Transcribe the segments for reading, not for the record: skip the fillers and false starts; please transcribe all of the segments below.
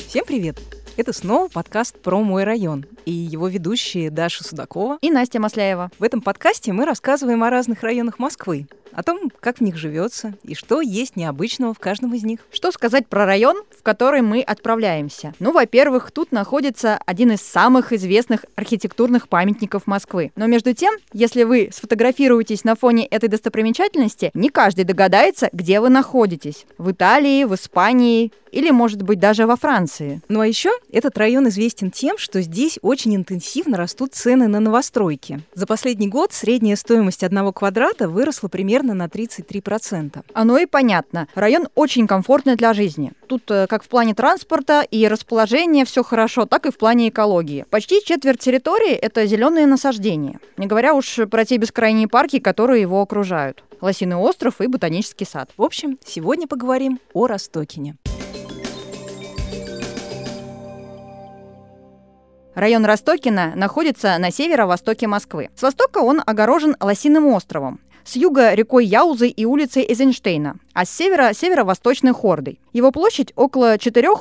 Всем привет! Это снова подкаст про мой район и его ведущие Даша Судакова и Настя Масляева. В этом подкасте мы рассказываем о разных районах Москвы, о том, как в них живется и что есть необычного в каждом из них. Что сказать про район, в который мы отправляемся? Ну, во-первых, тут находится один из самых известных архитектурных памятников Москвы. Но между тем, если вы сфотографируетесь на фоне этой достопримечательности, не каждый догадается, где вы находитесь. В Италии, в Испании или, может быть, даже во Франции. Ну а еще этот район известен тем, что здесь очень интенсивно растут цены на новостройки. За последний год средняя стоимость 1 квадрата выросла примерно на 33%. Оно и понятно. Район очень комфортный для жизни. Тут как в плане транспорта и расположения все хорошо, так и в плане экологии. Почти четверть территории – это зеленые насаждения. Не говоря уж про те бескрайние парки, которые его окружают. Лосиный остров и ботанический сад. В общем, сегодня поговорим о Ростокине. Район Ростокина находится на северо-востоке Москвы. С востока он огорожен Лосиным островом, с юга рекой Яузой и улицей Эйзенштейна, а с севера – северо-восточной Хордой. Его площадь около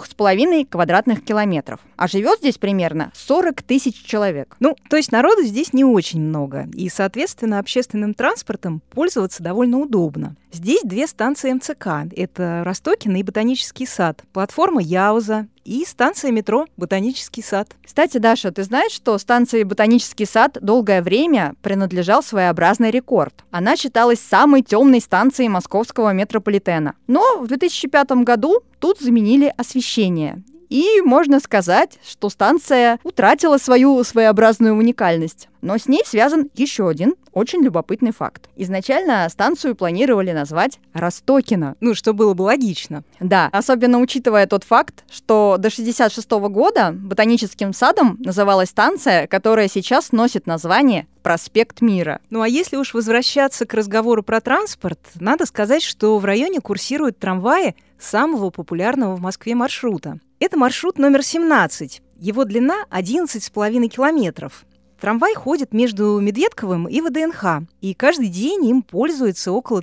4,5 квадратных километров, а живет здесь примерно 40 тысяч человек. Ну, то есть народу здесь не очень много, и, соответственно, общественным транспортом пользоваться довольно удобно. Здесь 2 станции МЦК – это Ростокино и Ботанический сад, платформа Яуза и станция метро «Ботанический сад». Кстати, Даша, ты знаешь, что станции «Ботанический сад» долгое время принадлежал своеобразный рекорд? Она считалась самой темной станцией московского метрополитена. Но в 2005 году тут заменили освещение. И можно сказать, что станция утратила свою своеобразную уникальность. Но с ней связан еще один очень любопытный факт. Изначально станцию планировали назвать Ростокино. Ну, что было бы логично. Да, особенно учитывая тот факт, что до 1966 года Ботаническим садом называлась станция, которая сейчас носит название Проспект Мира. Ну а если уж возвращаться к разговору про транспорт, надо сказать, что в районе курсируют трамваи самого популярного в Москве маршрута. Это маршрут номер 17. Его длина 11,5 километров. Трамвай ходит между Медведковым и ВДНХ, и каждый день им пользуется около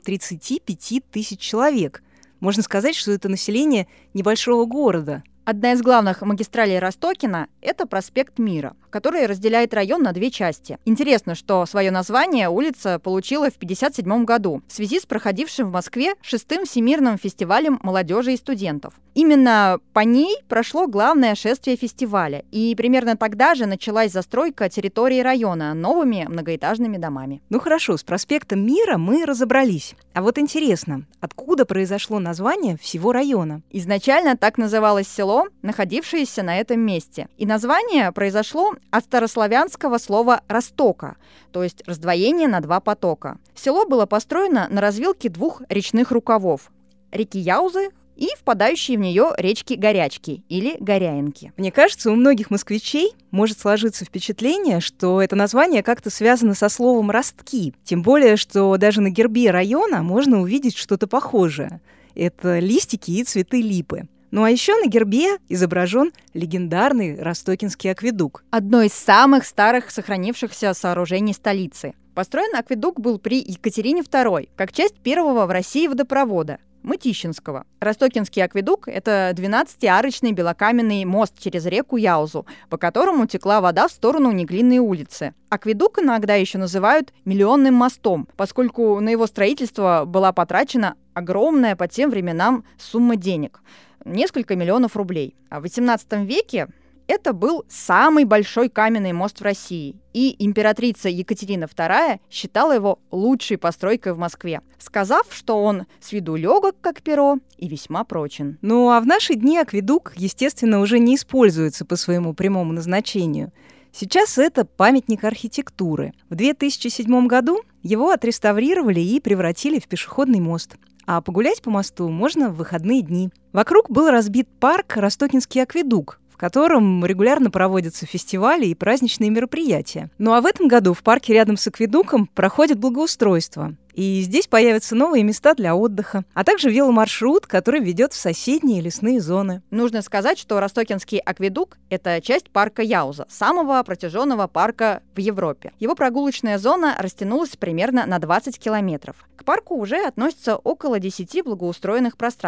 35 тысяч человек. Можно сказать, что это население небольшого города. Одна из главных магистралей Ростокина – это проспект Мира, который разделяет район на 2 части. Интересно, что свое название улица получила в 1957 году в связи с проходившим в Москве 6-м Всемирным фестивалем молодежи и студентов. Именно по ней прошло главное шествие фестиваля, и примерно тогда же началась застройка территории района новыми многоэтажными домами. Ну хорошо, с проспектом Мира мы разобрались. А вот интересно, откуда произошло название всего района? Изначально так называлось село, находившееся на этом месте. И название произошло от старославянского слова «ростока», то есть раздвоение на 2 потока. Село было построено на развилке 2 речных рукавов – реки Яузы и впадающие в нее речки Горячки или Горяинки. Мне кажется, у многих москвичей может сложиться впечатление, что это название как-то связано со словом «ростки». Тем более, что даже на гербе района можно увидеть что-то похожее. Это листики и цветы липы. Ну а еще на гербе изображен легендарный Ростокинский акведук. Одно из самых старых сохранившихся сооружений столицы. Построен акведук был при Екатерине II, как часть первого в России водопровода – Мытищинского. Ростокинский акведук – это 12-арочный белокаменный мост через реку Яузу, по которому текла вода в сторону Неглинной улицы. Акведук иногда еще называют «миллионным мостом», поскольку на его строительство была потрачена огромная по тем временам сумма денег – несколько миллионов рублей. А в XVIII веке это был самый большой каменный мост в России, и императрица Екатерина II считала его лучшей постройкой в Москве, сказав, что он с виду легок, как перо, и весьма прочен. Ну а в наши дни акведук, естественно, уже не используется по своему прямому назначению. Сейчас это памятник архитектуры. В 2007 году его отреставрировали и превратили в пешеходный мост. А погулять по мосту можно в выходные дни. Вокруг был разбит парк «Ростокинский акведук», в котором регулярно проводятся фестивали и праздничные мероприятия. Ну а в этом году в парке рядом с акведуком проходит благоустройство. И здесь появятся новые места для отдыха, а также веломаршрут, который ведет в соседние лесные зоны. Нужно сказать, что Ростокинский акведук – это часть парка Яуза, самого протяженного парка в Европе. Его прогулочная зона растянулась примерно на 20 километров. К парку уже относятся около 10 благоустроенных пространств.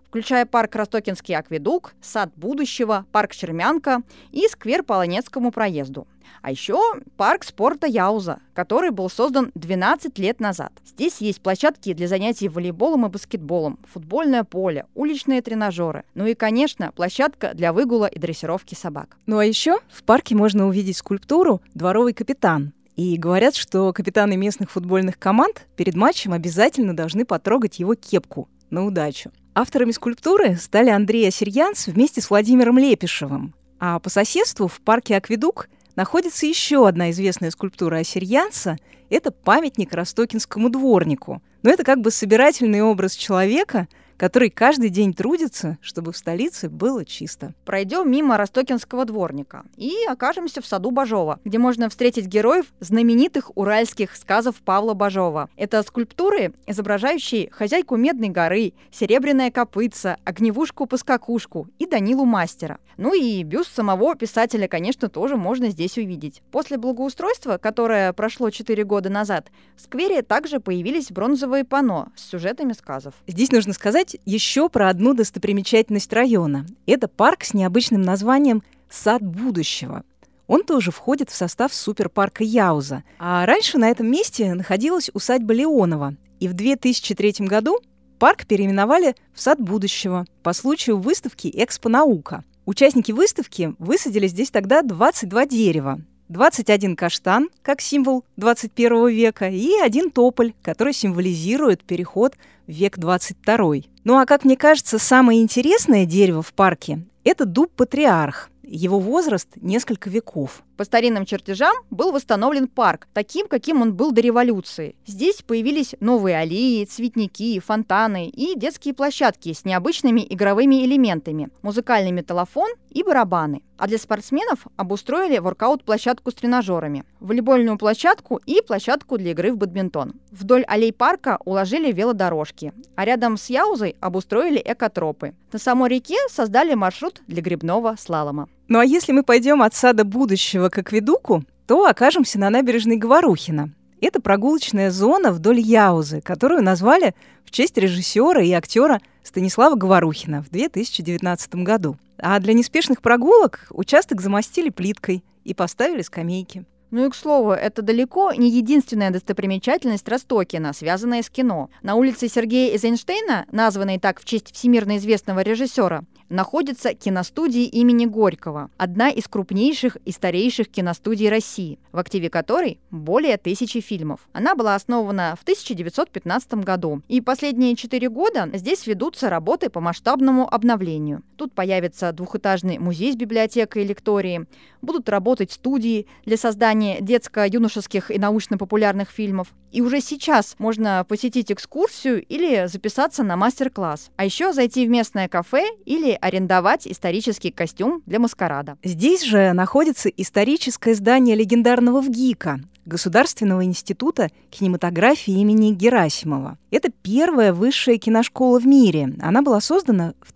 включая парк Ростокинский акведук, сад будущего, парк Чермянка и сквер по Ланецкому проезду. А еще парк спорта Яуза, который был создан 12 лет назад. Здесь есть площадки для занятий волейболом и баскетболом, футбольное поле, уличные тренажеры. Ну и, конечно, площадка для выгула и дрессировки собак. Ну а еще в парке можно увидеть скульптуру «Дворовый капитан». И говорят, что капитаны местных футбольных команд перед матчем обязательно должны потрогать его кепку на удачу. Авторами скульптуры стали Андрей Осирьянц вместе с Владимиром Лепишевым. А по соседству в парке «Акведук» находится еще одна известная скульптура Осирьянца – это памятник ростокинскому дворнику. Но это как бы собирательный образ человека, который каждый день трудится, чтобы в столице было чисто. Пройдем мимо Ростокинского дворника и окажемся в саду Бажова, где можно встретить героев знаменитых уральских сказов Павла Бажова. Это скульптуры, изображающие хозяйку Медной горы, Серебряное копытце, Огневушку-поскакушку и Данилу Мастера. Ну и бюст самого писателя, конечно, тоже можно здесь увидеть. После благоустройства, которое прошло 4 года назад, в сквере также появились бронзовые панно с сюжетами сказов. Здесь нужно сказать еще про одну достопримечательность района. Это парк с необычным названием «Сад будущего». Он тоже входит в состав суперпарка Яуза. А раньше на этом месте находилась усадьба Леонова. И в 2003 году парк переименовали в «Сад будущего» по случаю выставки «Экспо-наука». Участники выставки высадили здесь тогда 22 дерева. 21 каштан, как символ 21 века, и 1 тополь, который символизирует переход в век 22. Ну а, как мне кажется, самое интересное дерево в парке – это дуб-патриарх. Его возраст – несколько веков. По старинным чертежам был восстановлен парк, таким, каким он был до революции. Здесь появились новые аллеи, цветники, фонтаны и детские площадки с необычными игровыми элементами, музыкальный металлофон и барабаны. А для спортсменов обустроили воркаут-площадку с тренажерами, волейбольную площадку и площадку для игры в бадминтон. Вдоль аллей парка уложили велодорожки, а рядом с Яузой обустроили экотропы. На самой реке создали маршрут для гребного слалома. Ну а если мы пойдем от сада будущего к акведуку, то окажемся на набережной Говорухина. Это прогулочная зона вдоль Яузы, которую назвали в честь режиссера и актера Станислава Говорухина в 2019 году. А для неспешных прогулок участок замостили плиткой и поставили скамейки. Ну и, к слову, это далеко не единственная достопримечательность Ростокина, связанная с кино. На улице Сергея Эйзенштейна, названной так в честь всемирно известного режиссера, находится киностудия имени Горького, одна из крупнейших и старейших киностудий России, в активе которой более 1000 фильмов. Она была основана в 1915 году, и последние 4 года здесь ведутся работы по масштабному обновлению. Тут появится двухэтажный музей с библиотекой и лекторией, будут работать студии для создания детско-юношеских и научно-популярных фильмов. И уже сейчас можно посетить экскурсию или записаться на мастер-класс. А еще зайти в местное кафе или арендовать исторический костюм для маскарада. Здесь же находится историческое здание легендарного ВГИКа, Государственного института кинематографии имени Герасимова. Это первая высшая киношкола в мире. Она была создана в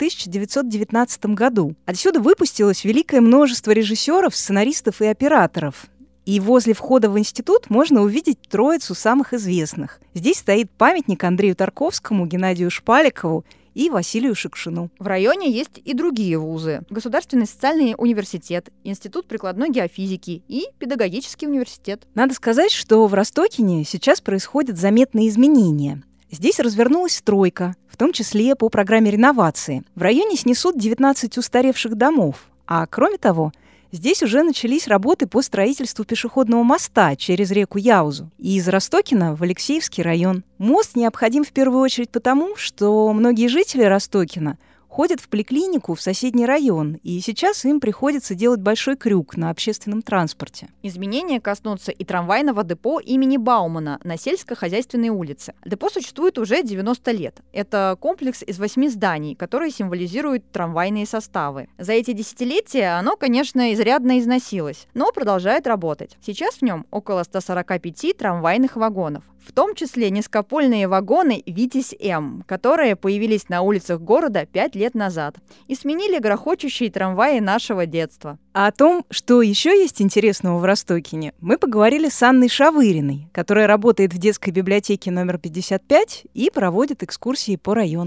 1919 году. Отсюда выпустилось великое множество режиссеров, сценаристов и операторов. И возле входа в институт можно увидеть троицу самых известных. Здесь стоит памятник Андрею Тарковскому, Геннадию Шпаликову и Василию Шукшину. В районе есть и другие вузы. Государственный социальный университет, Институт прикладной геофизики и Педагогический университет. Надо сказать, что в Ростокине сейчас происходят заметные изменения. Здесь развернулась стройка, в том числе по программе реновации. В районе снесут 19 устаревших домов. А кроме того, здесь уже начались работы по строительству пешеходного моста через реку Яузу и из Ростокина в Алексеевский район. Мост необходим в первую очередь потому, что многие жители Ростокина ходят в поликлинику в соседний район, и сейчас им приходится делать большой крюк на общественном транспорте. Изменения коснутся и трамвайного депо имени Баумана на сельскохозяйственной улице. Депо существует уже 90 лет. Это комплекс из 8 зданий, которые символизируют трамвайные составы. За эти десятилетия оно, конечно, изрядно износилось, но продолжает работать. Сейчас в нем около 145 трамвайных вагонов, в том числе низкопольные вагоны «Витязь-М», которые появились на улицах города 5 лет назад и сменили грохочущие трамваи нашего детства. А о том, что еще есть интересного в Ростокине, мы поговорили с Анной Шавыриной, которая работает в детской библиотеке номер 55 и проводит экскурсии по району.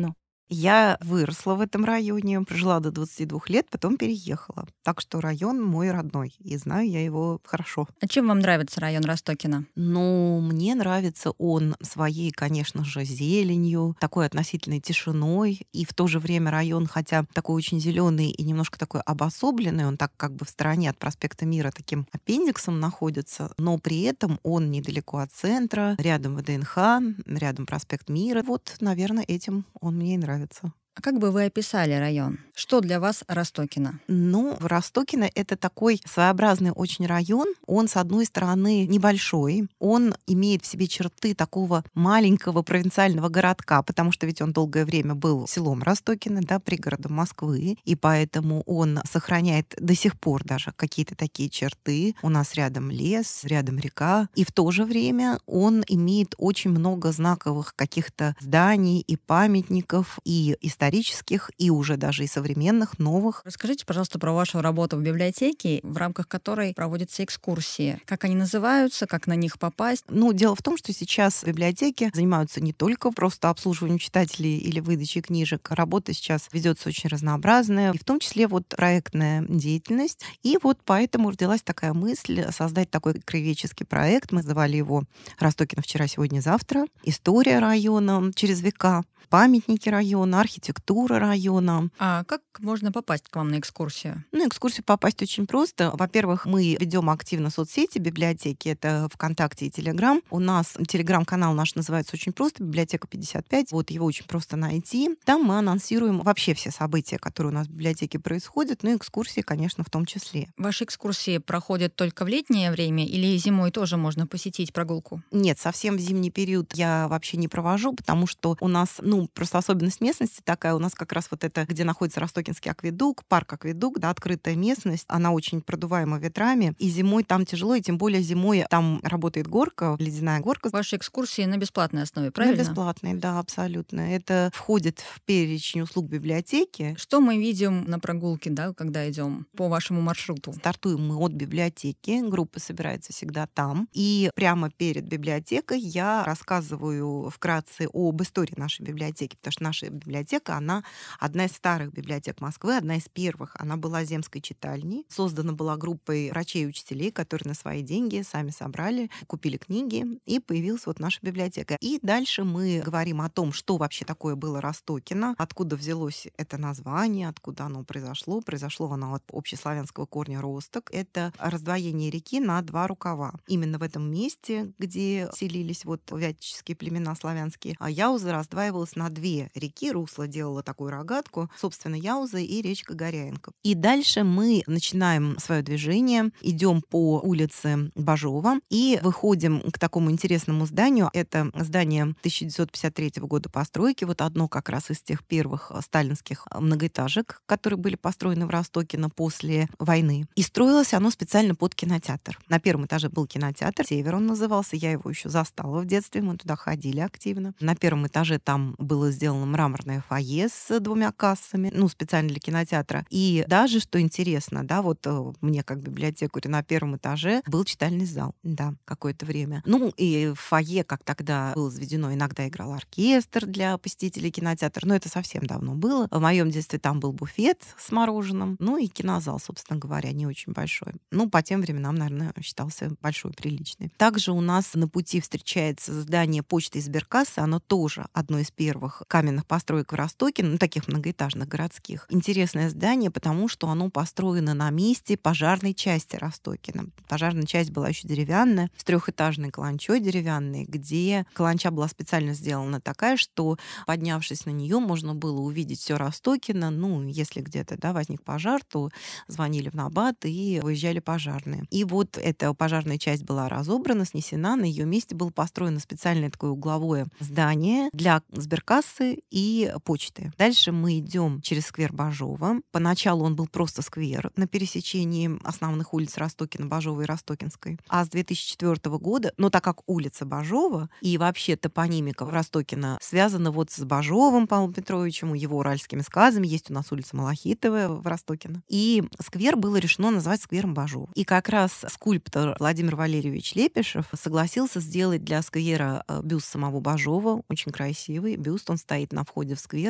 Я выросла в этом районе, прожила до 22 лет, потом переехала. Так что район мой родной, и знаю я его хорошо. А чем вам нравится район Ростокино? Ну, мне нравится он своей, конечно же, зеленью, такой относительной тишиной, и в то же время район, хотя такой очень зеленый и немножко такой обособленный, он так как бы в стороне от проспекта Мира таким аппендиксом находится, но при этом он недалеко от центра, рядом ВДНХ, рядом проспект Мира. Вот, наверное, этим он мне и нравится. А как бы вы описали район? Что для вас Ростокино? Ну, Ростокино — это такой своеобразный очень район. Он, с одной стороны, небольшой. Он имеет в себе черты такого маленького провинциального городка, потому что ведь он долгое время был селом Ростокино, да, пригородом Москвы, и поэтому он сохраняет до сих пор даже какие-то такие черты. У нас рядом лес, рядом река, и в то же время он имеет очень много знаковых каких-то зданий и памятников, и исторических, и уже даже и современных, новых. Расскажите, пожалуйста, про вашу работу в библиотеке, в рамках которой проводятся экскурсии. Как они называются, как на них попасть? Ну, дело в том, что сейчас библиотеки занимаются не только просто обслуживанием читателей или выдачей книжек. Работа сейчас ведется очень разнообразная, и в том числе вот проектная деятельность. И вот поэтому родилась такая мысль создать такой краеведческий проект. Мы называли его «Ростокино вчера, сегодня, завтра». История района через века, памятники района, архитектура района. А как можно попасть к вам на экскурсию? На экскурсию попасть очень просто. Во-первых, мы ведем активно соцсети библиотеки. Это ВКонтакте и Телеграм. У нас Телеграм-канал наш называется очень просто «Библиотека 55». Вот его очень просто найти. Там мы анонсируем вообще все события, которые у нас в библиотеке происходят, ну и экскурсии, конечно, в том числе. Ваши экскурсии проходят только в летнее время или зимой тоже можно посетить прогулку? Нет, совсем в зимний период я вообще не провожу, потому что у нас, просто особенность местности такая. У нас как раз вот это, где находится Ростокинский акведук, парк Акведук, да, открытая местность. Она очень продуваема ветрами. И зимой там тяжело, и тем более зимой там работает горка, ледяная горка. Ваши экскурсии на бесплатной основе, правильно? На бесплатной, да, абсолютно. Это входит в перечень услуг библиотеки. Что мы видим на прогулке, да, когда идем по вашему маршруту? Стартуем мы от библиотеки. Группа собирается всегда там. И прямо перед библиотекой я рассказываю вкратце об истории нашей библиотеки, потому что наша библиотека, она одна из старых библиотек Москвы, одна из первых. Она была земской читальней. Создана была группой врачей и учителей, которые на свои деньги сами собрали, купили книги, и появилась вот наша библиотека. И дальше мы говорим о том, что вообще такое было Ростокино, откуда взялось это название, откуда оно произошло. Произошло оно от общеславянского корня «росток». Это раздвоение реки на два рукава. Именно в этом месте, где селились вот вятические племена славянские, Яуза раздваивалась на две реки. Русло делало такую рогатку, собственно, Яуза и речка Горяенко. И дальше мы начинаем свое движение, идем по улице Бажова и выходим к такому интересному зданию. Это здание 1953 года постройки, вот одно как раз из тех первых сталинских многоэтажек, которые были построены в Ростокино после войны. И строилось оно специально под кинотеатр. На первом этаже был кинотеатр, «Север» он назывался, я его еще застала в детстве, мы туда ходили активно. На первом этаже там было сделано мраморное фойе с двумя кассами, специально для кинотеатра. И даже, что интересно, да, вот мне как библиотекарю на первом этаже был читальный зал, да, какое-то время. И в фойе, как тогда было заведено, иногда играл оркестр для посетителей кинотеатра, но это совсем давно было. В моем детстве там был буфет с мороженым, и кинозал, собственно говоря, не очень большой. По тем временам, наверное, считался большой, приличный. Также у нас на пути встречается здание почты и сберкассы, оно тоже одно из первых каменных построек в Ростокино, таких многоэтажных городских. Интересное здание, потому что оно построено на месте пожарной части Ростокино. Пожарная часть была еще деревянная, с трехэтажной каланчой деревянной, где каланча была специально сделана такая, что, поднявшись на нее, можно было увидеть все Ростокино. Если где-то, да, возник пожар, то звонили в Набат и выезжали пожарные. И вот эта пожарная часть была разобрана, снесена, на ее месте было построено специальное такое угловое здание для сберкассы и почты. Дальше мы идем через сквер Бажова. Поначалу он был просто сквер на пересечении основных улиц Ростокино, Бажова и Ростокинской. А с 2004 года, так как улица Бажова и вообще топонимика в Ростокино связана вот с Бажовым Павлом Петровичем, его уральскими сказами. Есть у нас улица Малахитовая в Ростокино. И сквер было решено назвать сквером Бажова. И как раз скульптор Владимир Валерьевич Лепишев согласился сделать для сквера бюст самого Бажова, очень красивый бюст. Он стоит на входе в сквер,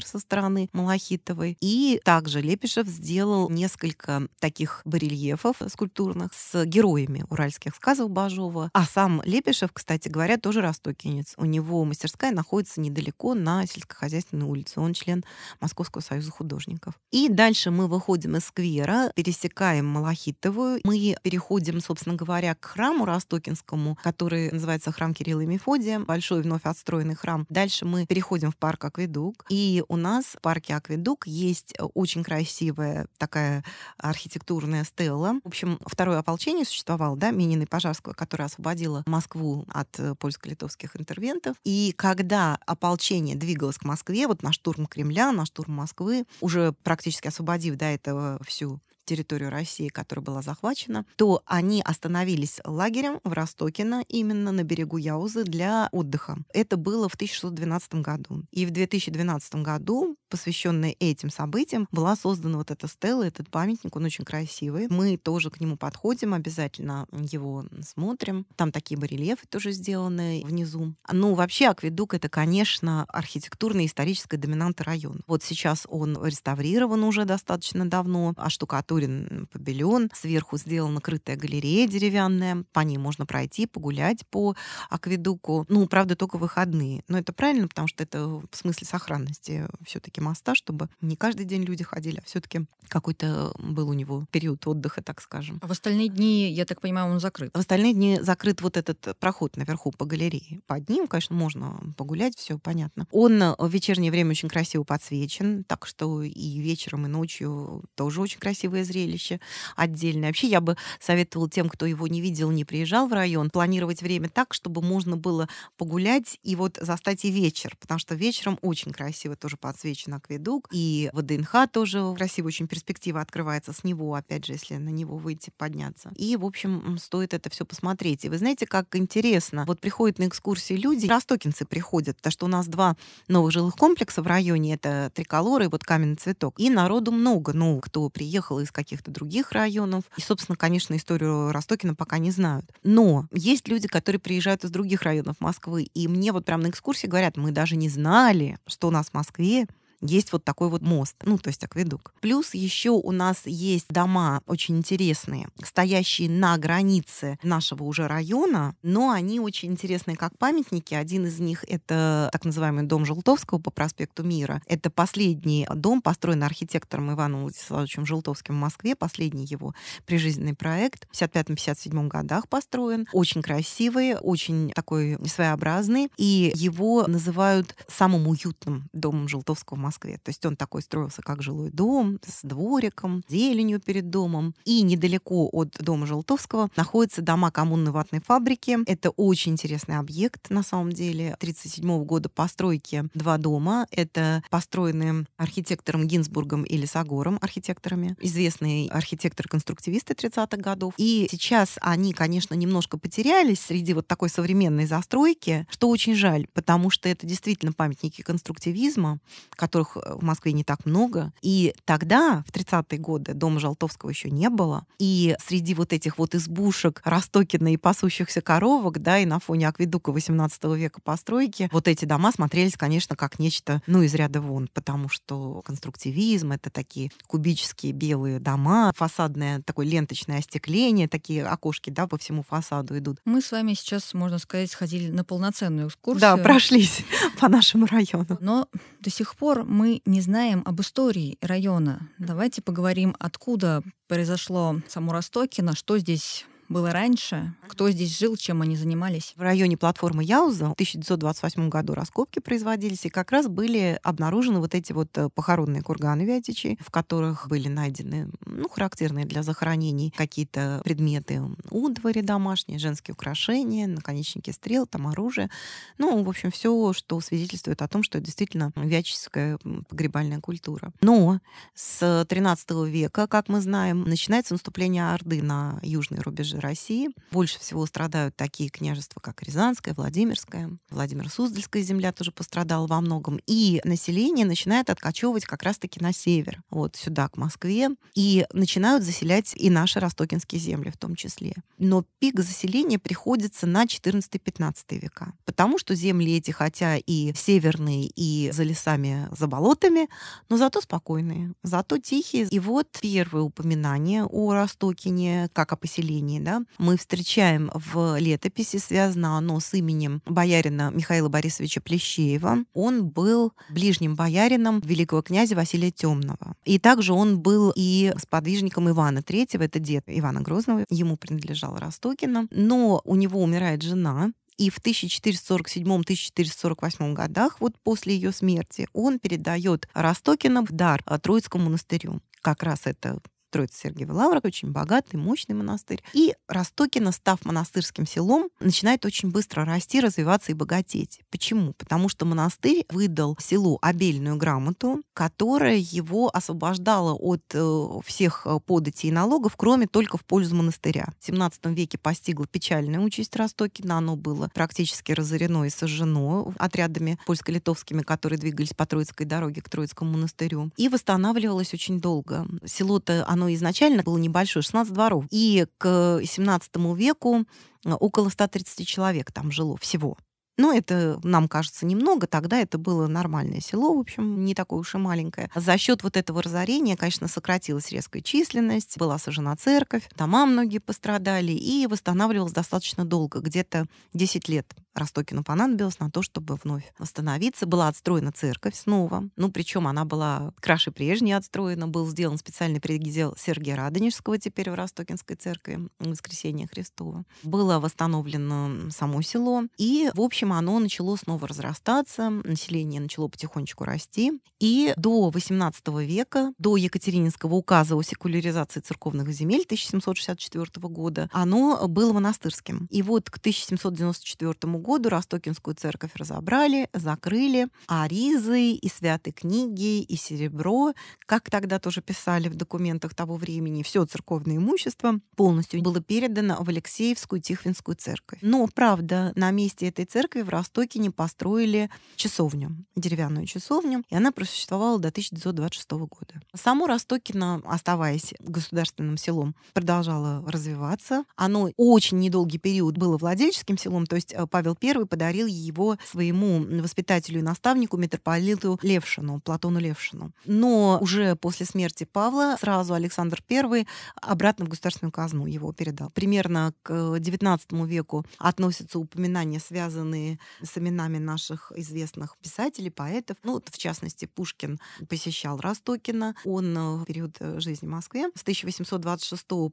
со стороны Малахитовой. И также Лепишев сделал несколько таких барельефов скульптурных с героями уральских сказов Бажова. А сам Лепишев, кстати говоря, тоже ростокинец. У него мастерская находится недалеко на Сельскохозяйственной улице. Он член Московского союза художников. И дальше мы выходим из сквера, пересекаем Малахитовую. Мы переходим, собственно говоря, к храму ростокинскому, который называется храм Кирилла и Мефодия. Большой вновь отстроенный храм. Дальше мы переходим в парк Акведук. И у нас в парке Акведук есть очень красивая такая архитектурная стела. В общем, второе ополчение существовало, да, Минина и Пожарского, которое освободило Москву от польско-литовских интервентов. И когда ополчение двигалось к Москве, вот на штурм Кремля, на штурм Москвы, уже практически освободив до этого всю территорию России, которая была захвачена, то они остановились лагерем в Ростокино, именно на берегу Яузы, для отдыха. Это было в 1612 году. И в 2012 году, посвященный этим событиям, была создана вот эта стела, этот памятник, он очень красивый. Мы тоже к нему подходим, обязательно его смотрим. Там такие барельефы тоже сделаны внизу. Ну, вообще, Акведук — это, конечно, архитектурная историческая доминанта района. Вот сейчас он реставрирован уже достаточно давно, оштукатурен, побелен, сверху сделана крытая галерея деревянная, по ней можно пройти, погулять по Акведуку. Ну, правда, только в выходные. Но это правильно, потому что это в смысле сохранности все-таки моста, чтобы не каждый день люди ходили, а все-таки какой-то был у него период отдыха, так скажем. А в остальные дни, я так понимаю, он закрыт? В остальные дни закрыт вот этот проход наверху по галерее. Под ним, конечно, можно погулять, все понятно. Он в вечернее время очень красиво подсвечен, так что и вечером, и ночью тоже очень красивое зрелище отдельное. Вообще, я бы советовала тем, кто его не видел, не приезжал в район, планировать время так, чтобы можно было погулять и вот застать и вечер, потому что вечером очень красиво тоже подсвечен Акведук, и ВДНХ тоже красиво, очень перспектива открывается с него, опять же, если на него выйти, подняться. И, в общем, стоит это все посмотреть. И вы знаете, как интересно, вот приходят на экскурсии люди, ростокинцы приходят, потому что у нас 2 новых жилых комплекса в районе, это Триколор и вот Каменный цветок. И народу много, ну, кто приехал из каких-то других районов. И, собственно, конечно, историю Ростокина пока не знают. Но есть люди, которые приезжают из других районов Москвы, и мне вот прям на экскурсии говорят, мы даже не знали, что у нас в Москве есть вот такой вот мост, ну, то есть акведук. Плюс еще у нас есть дома очень интересные, стоящие на границе нашего уже района, но они очень интересные как памятники. Один из них — это так называемый дом Желтовского по проспекту Мира. Это последний дом, построенный архитектором Иваном Владиславовичем Желтовским в Москве, последний его прижизненный проект. В 1955-1957 годах построен. Очень красивый, очень такой своеобразный. И его называют самым уютным домом Желтовского в Москве. То есть он такой строился как жилой дом с двориком, зеленью перед домом. И недалеко от дома Желтовского находятся дома коммунной ватной фабрики. Это очень интересный объект на самом деле. 1937 года постройки 2 дома. Это построены архитектором Гинзбургом и Лесогором, архитекторами. Известные архитекторы-конструктивисты 30-х годов. И сейчас они, конечно, немножко потерялись среди вот такой современной застройки, что очень жаль, потому что это действительно памятники конструктивизма, которых в Москве не так много. И тогда, в 30-е годы, дома Желтовского еще не было. И среди вот этих вот избушек Ростокина и пасущихся коровок, да, и на фоне акведука 18 века постройки, вот эти дома смотрелись, конечно, как нечто, ну, из ряда вон, потому что конструктивизм — это такие кубические белые дома, фасадное такое ленточное остекление, такие окошки, да, по всему фасаду идут. Мы с вами сейчас, можно сказать, сходили на полноценную экскурсию. Да, прошлись по нашему району. Но до сих пор мы не знаем об истории района. Давайте поговорим, откуда произошло само Ростокино, что здесь было раньше, кто здесь жил, чем они занимались. В районе платформы Яуза в 1928 году раскопки производились, и как раз были обнаружены вот эти вот похоронные курганы Вятичи, в которых были найдены, ну, характерные для захоронений какие-то предметы утвари домашние, женские украшения, наконечники стрел, там оружие. Ну, в общем, все, что свидетельствует о том, что это действительно вятическая погребальная культура. Но с XIII века, как мы знаем, начинается наступление Орды на южные рубежи побережье России. Больше всего страдают такие княжества, как Рязанское, Владимирское. Владимир-Суздальская земля тоже пострадала во многом. И население начинает откачевывать как раз-таки на север, вот сюда, к Москве. И начинают заселять и наши ростокинские земли в том числе. Но пик заселения приходится на 14-15 века. Потому что земли эти, хотя и северные, и за лесами, за болотами, но зато спокойные, зато тихие. И вот первое упоминание о Ростокине, как о поселении, да, мы встречаем в летописи. Связано оно с именем боярина Михаила Борисовича Плещеева. Он был ближним боярином великого князя Василия Темного. И также он был и сподвижником Ивана III, это дед Ивана Грозного, ему принадлежал Ростокино. Но у него умирает жена, и в 1447-1448 годах, вот после ее смерти, он передает Ростокино в дар Троицкому монастырю. Как раз это Троице-Сергиевой Лавры, очень богатый, мощный монастырь. И Ростокино, став монастырским селом, начинает очень быстро расти, развиваться и богатеть. Почему? Потому что монастырь выдал селу обельную грамоту, которая его освобождала от всех податей и налогов, кроме только в пользу монастыря. В XVII веке постигла печальная участь Ростокина. Оно было практически разорено и сожжено отрядами польско-литовскими, которые двигались по Троицкой дороге к Троицкому монастырю. И восстанавливалось очень долго. Село-то, оно изначально было небольшое, 16 дворов. И к XVII веку около 130 человек там жило всего. Но это нам кажется немного, тогда это было нормальное село, в общем, не такое уж и маленькое. За счет вот этого разорения, конечно, сократилась резкая численность, была сожжена церковь, дома многие пострадали, и восстанавливалась достаточно долго, где-то 10 лет Ростокину понадобилось на то, чтобы вновь восстановиться. Была отстроена церковь снова, причем она была краше прежней отстроена, был сделан специальный предел Сергия Радонежского теперь в Ростокинской церкви Воскресения Христова. Было восстановлено само село, и, в общем, оно начало снова разрастаться, население начало потихонечку расти. И до XVIII века, до Екатерининского указа о секуляризации церковных земель 1764 года, оно было монастырским. И вот к 1794 году Ростокинскую церковь разобрали, закрыли, а ризы и святые книги, и серебро, как тогда тоже писали в документах того времени, все церковное имущество полностью было передано в Алексеевскую Тихвинскую церковь. Но, правда, на месте этой церкви в Ростокине построили часовню, деревянную часовню, и она просуществовала до 1926 года. Само Ростокино, оставаясь государственным селом, продолжало развиваться. Оно очень недолгий период было владельческим селом, то есть Павел I подарил его своему воспитателю и наставнику митрополиту Левшину, Платону Левшину. Но уже после смерти Павла сразу Александр I обратно в государственную казну его передал. Примерно к XIX веку относятся упоминания, связанные с именами наших известных писателей, поэтов. В частности, Пушкин посещал Ростокино. Он в период жизни в Москве с 1826 по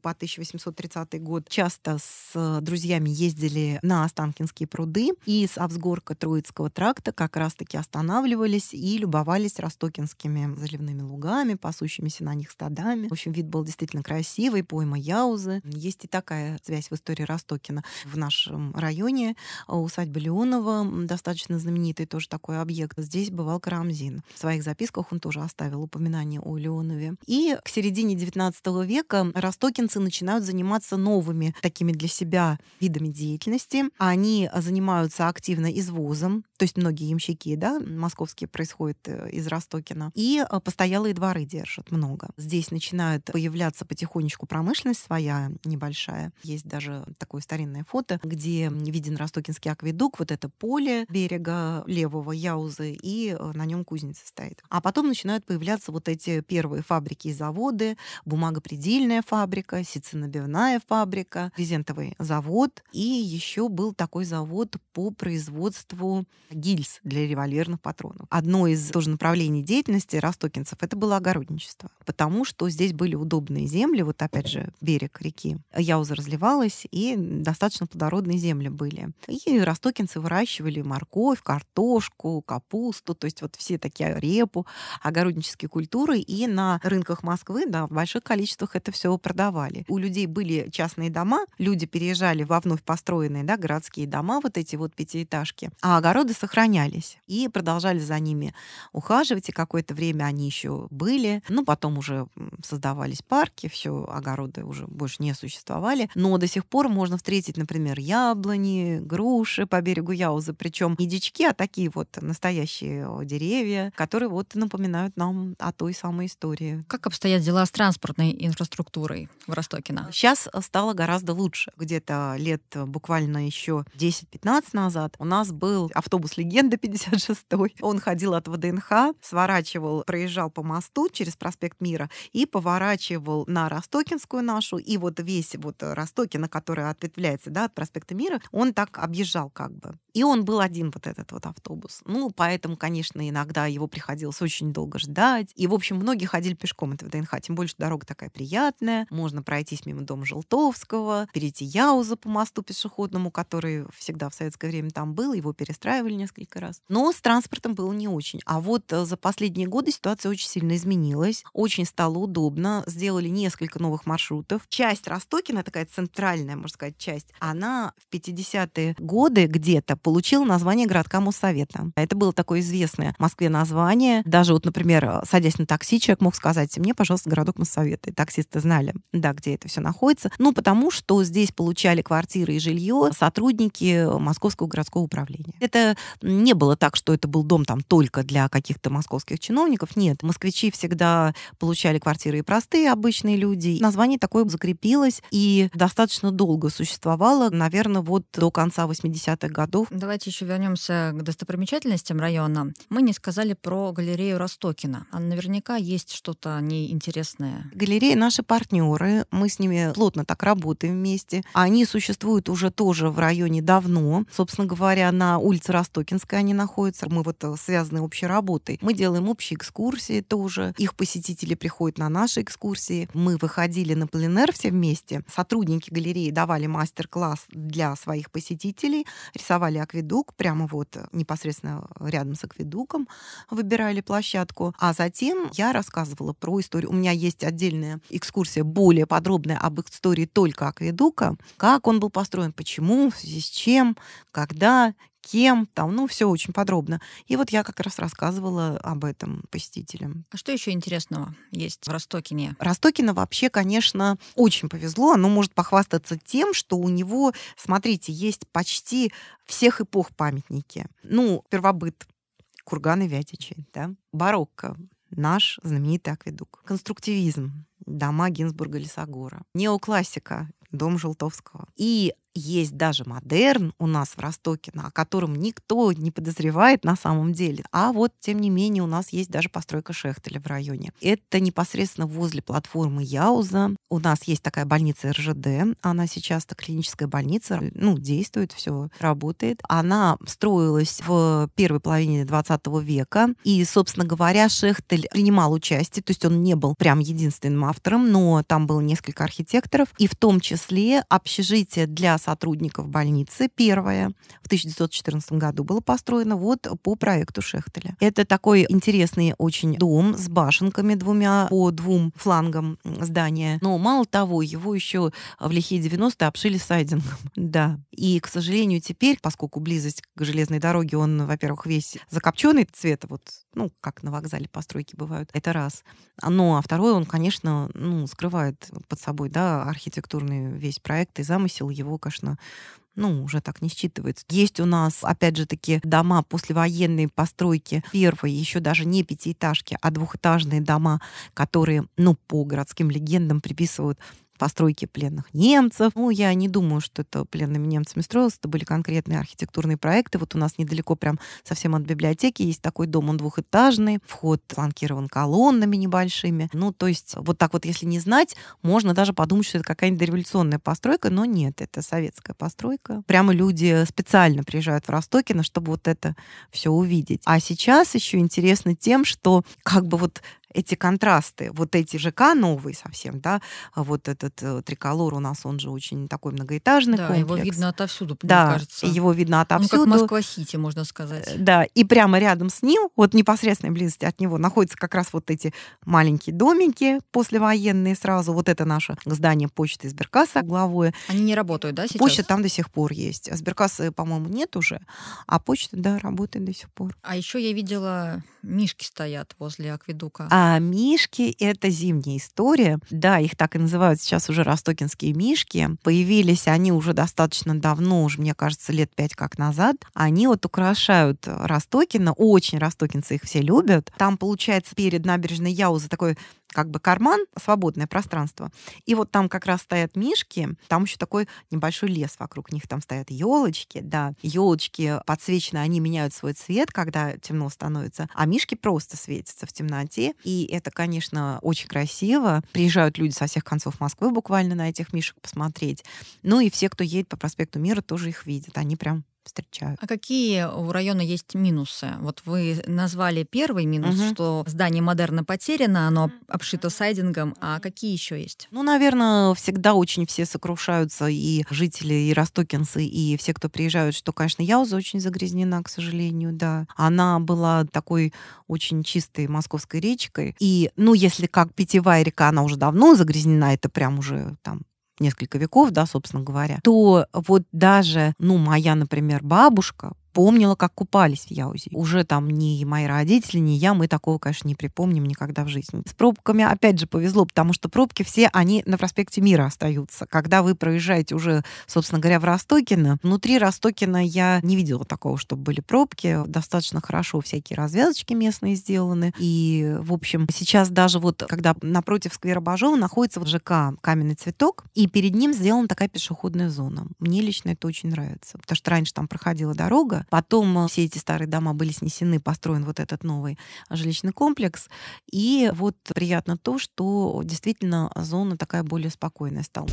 1830 год часто с друзьями ездили на Останкинские пруды и с Авсгорка Троицкого тракта как раз-таки останавливались и любовались ростокинскими заливными лугами, пасущимися на них стадами. В общем, вид был действительно красивый, пойма Яузы. Есть и такая связь в истории Ростокина. В нашем районе усадьба Леонова, достаточно знаменитый тоже такой объект. Здесь бывал Карамзин. В своих записках он тоже оставил упоминание о Леонове. И к середине XIX века ростокинцы начинают заниматься новыми такими для себя видами деятельности. Они занимаются активно извозом, то есть многие ямщики, московские происходят из Ростокина, и постоялые дворы держат много. Здесь начинает появляться потихонечку промышленность своя небольшая. Есть даже такое старинное фото, где виден Ростокинский акведук, вот это поле берега левого Яузы, и на нем кузница стоит. А потом начинают появляться вот эти первые фабрики и заводы, бумагопредельная фабрика, ситценабивная фабрика, брезентовый завод, и еще был такой завод по производству гильз для револьверных патронов. Одно из тоже направлений деятельности ростокинцев это было огородничество, потому что здесь были удобные земли, вот опять же берег реки Яуза разливалась, и достаточно плодородные земли были. И ростокинцы выращивали морковь, картошку, капусту, то есть вот все такие репу, огороднические культуры, и на рынках Москвы, в больших количествах это все продавали. У людей были частные дома, люди переезжали во вновь построенные городские дома в вот эти вот пятиэтажки, а огороды сохранялись. И продолжали за ними ухаживать, и какое-то время они еще были. Ну, потом уже создавались парки, все, огороды уже больше не существовали. Но до сих пор можно встретить, например, яблони, груши по берегу Яузы. Причем не дички, а такие вот настоящие деревья, которые вот напоминают нам о той самой истории. Как обстоят дела с транспортной инфраструктурой в Ростокино? Сейчас стало гораздо лучше. Где-то лет буквально еще 10-15 назад у нас был автобус «Легенда» 56-й. Он ходил от ВДНХ, сворачивал, проезжал по мосту через проспект Мира и поворачивал на Ростокинскую нашу. И вот весь вот Ростокино, который ответвляется, да, от проспекта Мира, он так объезжал как бы. И он был один, вот этот вот автобус. Ну, поэтому, конечно, иногда его приходилось очень долго ждать. И, в общем, многие ходили пешком от ВДНХ. Тем более, что дорога такая приятная. Можно пройтись мимо дома Желтовского, перейти Яузу по мосту пешеходному, который всегда в советское время там был. Его перестраивали несколько раз. Но с транспортом было не очень. А вот за последние годы ситуация очень сильно изменилась. Очень стало удобно. Сделали несколько новых маршрутов. Часть Ростокина, такая центральная, можно сказать, часть, она в 50-е годы где-то получила название городка Моссовета. Это было такое известное в Москве название. Даже вот, например, садясь на такси, человек мог сказать: мне, пожалуйста, городок Моссовета. И таксисты знали, да, где это все находится. Ну, потому что здесь получали квартиры и жилье сотрудники Московского городского управления. Это не было так, что это был дом там только для каких-то московских чиновников. Нет, москвичи всегда получали квартиры и простые обычные люди. Название такое закрепилось и достаточно долго существовало, наверное, вот до конца 80-х годов. Давайте еще вернемся к достопримечательностям района. Мы не сказали про галерею Ростокино. А наверняка есть что-то неинтересное. Галереи — наши партнеры. Мы с ними плотно так работаем вместе. Они существуют уже тоже в районе давно. Собственно говоря, на улице Ростокинской они находятся. Мы вот связаны общей работой. Мы делаем общие экскурсии тоже. Их посетители приходят на наши экскурсии. Мы выходили на пленэр все вместе. Сотрудники галереи давали мастер-класс для своих посетителей, рисовали акведук, прямо вот непосредственно рядом с акведуком выбирали площадку. А затем я рассказывала про историю. У меня есть отдельная экскурсия, более подробная об истории только акведука. Как он был построен, почему, в связи с чем, когда, кем, там, ну, все очень подробно. И вот я как раз рассказывала об этом посетителям. А что еще интересного есть в Ростокине? Ростокино вообще, конечно, очень повезло. Оно может похвастаться тем, что у него, смотрите, есть почти всех эпох памятники. Ну, первобыт, курганы Вятичи, да, барокко, наш знаменитый акведук, конструктивизм, дома Гинзбурга-Лесогора, неоклассика, дом Желтовского. И есть даже модерн у нас в Ростокино, о котором никто не подозревает на самом деле. А вот, тем не менее, у нас есть даже постройка Шехтеля в районе. Это непосредственно возле платформы Яуза. У нас есть такая больница РЖД. Она сейчас-то клиническая больница. Ну, действует, все работает. Она строилась в первой половине 20 века. И, собственно говоря, Шехтель принимал участие. То есть он не был прям единственным автором, но там было несколько архитекторов. И в том числе общежитие для сотрудников больницы первое в 1914 году было построено вот по проекту Шехтеля. Это такой интересный очень дом с башенками двумя по двум флангам здания. Но мало того, его еще в лихие 90-е обшили сайдингом. Да. И, к сожалению, теперь, поскольку близость к железной дороге, он, во-первых, весь закопченный цвета, вот, ну, как на вокзале постройки бывают, это раз. Ну, а второе, он, конечно, ну, скрывает под собой, да, архитектурный весь проект и замысел его, конечно, ну, уже так не считывается. Есть у нас, опять же таки, дома послевоенной постройки. Первые, еще даже не пятиэтажки, а двухэтажные дома, которые, ну, по городским легендам приписывают постройки пленных немцев. Ну, я не думаю, что это пленными немцами строилось. Это были конкретные архитектурные проекты. Вот у нас недалеко прям совсем от библиотеки есть такой дом, он двухэтажный. Вход фланкирован колоннами небольшими. Ну, то есть вот так вот, если не знать, можно даже подумать, что это какая-нибудь дореволюционная постройка, но нет, это советская постройка. Прямо люди специально приезжают в Ростокино, чтобы вот это все увидеть. А сейчас еще интересно тем, что как бы вот эти контрасты, вот эти ЖК новые совсем, да, вот этот Триколор у нас, он же очень такой многоэтажный комплекс. Его видно отовсюду, мне да, кажется. Его видно отовсюду. Он как Москва-Сити, можно сказать. Да, и прямо рядом с ним, вот в непосредственной близости от него, находятся как раз вот эти маленькие домики послевоенные сразу. Вот это наше здание почты Сберкасса угловое. Они не работают, да, сейчас? Почта там до сих пор есть. А Сберкассы, по-моему, нет уже, а почта, да, работает до сих пор. А еще я видела, мишки стоят возле акведука. А мишки — это зимняя история. Да, их так и называют сейчас уже ростокинские мишки. Появились они уже достаточно давно, уже, мне кажется, лет 5 как назад. Они вот украшают Ростокино. Очень ростокинцы их все любят. Там, получается, перед набережной Яузы такой как бы карман, свободное пространство. И вот там как раз стоят мишки, там еще такой небольшой лес вокруг них, там стоят елочки, да, елочки подсвечены, они меняют свой цвет, когда темно становится, а мишки просто светятся в темноте, и это, конечно, очень красиво. Приезжают люди со всех концов Москвы буквально на этих мишек посмотреть. Ну и все, кто едет по проспекту Мира, тоже их видят, они прям встречают. А какие у района есть минусы? Вот вы назвали первый минус, что здание модерна потеряно, оно обшито сайдингом, а какие еще есть? Ну, наверное, всегда очень все сокрушаются, и жители, и ростокинцы, и все, кто приезжают, что, конечно, Яуза очень загрязнена, к сожалению, да. Она была такой очень чистой московской речкой. И, ну, если как питьевая река, она уже давно загрязнена, это прям уже там несколько веков, да, собственно говоря, то вот даже, ну, моя, например, бабушка помнила, как купались в Яузе. Уже там ни мои родители, ни я, мы такого, конечно, не припомним никогда в жизни. С пробками, опять же, повезло, потому что пробки все, они на проспекте Мира остаются. Когда вы проезжаете уже, собственно говоря, в Ростокино, внутри Ростокино я не видела такого, чтобы были пробки. Достаточно хорошо всякие развязочки местные сделаны. И, в общем, сейчас даже вот, когда напротив сквера Бажова находится вот ЖК «Каменный цветок», и перед ним сделана такая пешеходная зона. Мне лично это очень нравится, потому что раньше там проходила дорога, потом все эти старые дома были снесены, построен вот этот новый жилищный комплекс. И вот приятно то, что действительно зона такая более спокойная стала.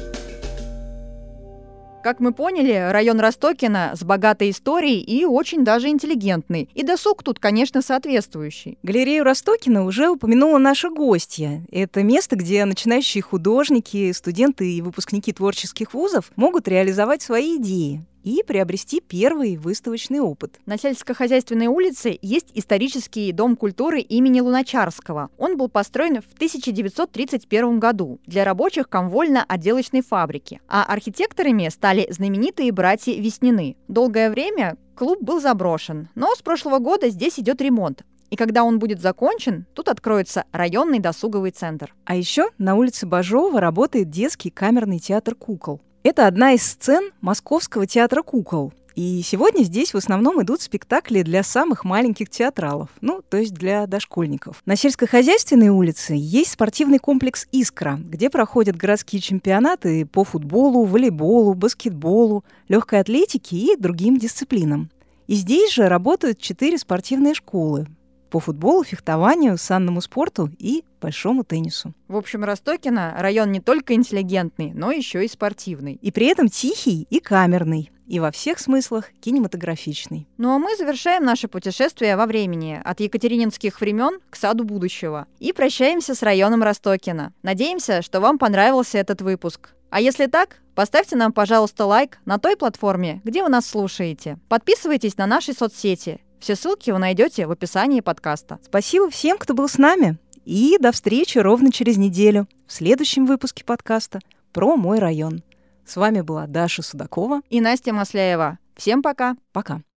Как мы поняли, район Ростокино с богатой историей и очень даже интеллигентный. И досуг тут, конечно, соответствующий. Галерею Ростокино уже упомянула наша гостья. Это место, где начинающие художники, студенты и выпускники творческих вузов могут реализовать свои идеи и приобрести первый выставочный опыт. На Сельскохозяйственной улице есть исторический дом культуры имени Луначарского. Он был построен в 1931 году для рабочих комвольно-отделочной фабрики. А архитекторами стали знаменитые братья Веснины. Долгое время клуб был заброшен, но с прошлого года здесь идет ремонт. И когда он будет закончен, тут откроется районный досуговый центр. А еще на улице Бажова работает детский камерный театр кукол. Это одна из сцен Московского театра кукол. И сегодня здесь в основном идут спектакли для самых маленьких театралов, ну, то есть для дошкольников. На Сельскохозяйственной улице есть спортивный комплекс «Искра», где проходят городские чемпионаты по футболу, волейболу, баскетболу, легкой атлетике и другим дисциплинам. И здесь же работают 4 спортивные школы по футболу, фехтованию, санному спорту и большому теннису. В общем, Ростокино район не только интеллигентный, но еще и спортивный. И при этом тихий и камерный, и во всех смыслах кинематографичный. Ну а мы завершаем наше путешествие во времени от екатерининских времен к саду будущего. И прощаемся с районом Ростокино. Надеемся, что вам понравился этот выпуск. А если так, поставьте нам, пожалуйста, лайк на той платформе, где вы нас слушаете. Подписывайтесь на наши соцсети. Все ссылки вы найдете в описании подкаста. Спасибо всем, кто был с нами. И до встречи ровно через неделю в следующем выпуске подкаста про мой район. С вами была Даша Судакова и Настя Масляева. Всем пока. Пока.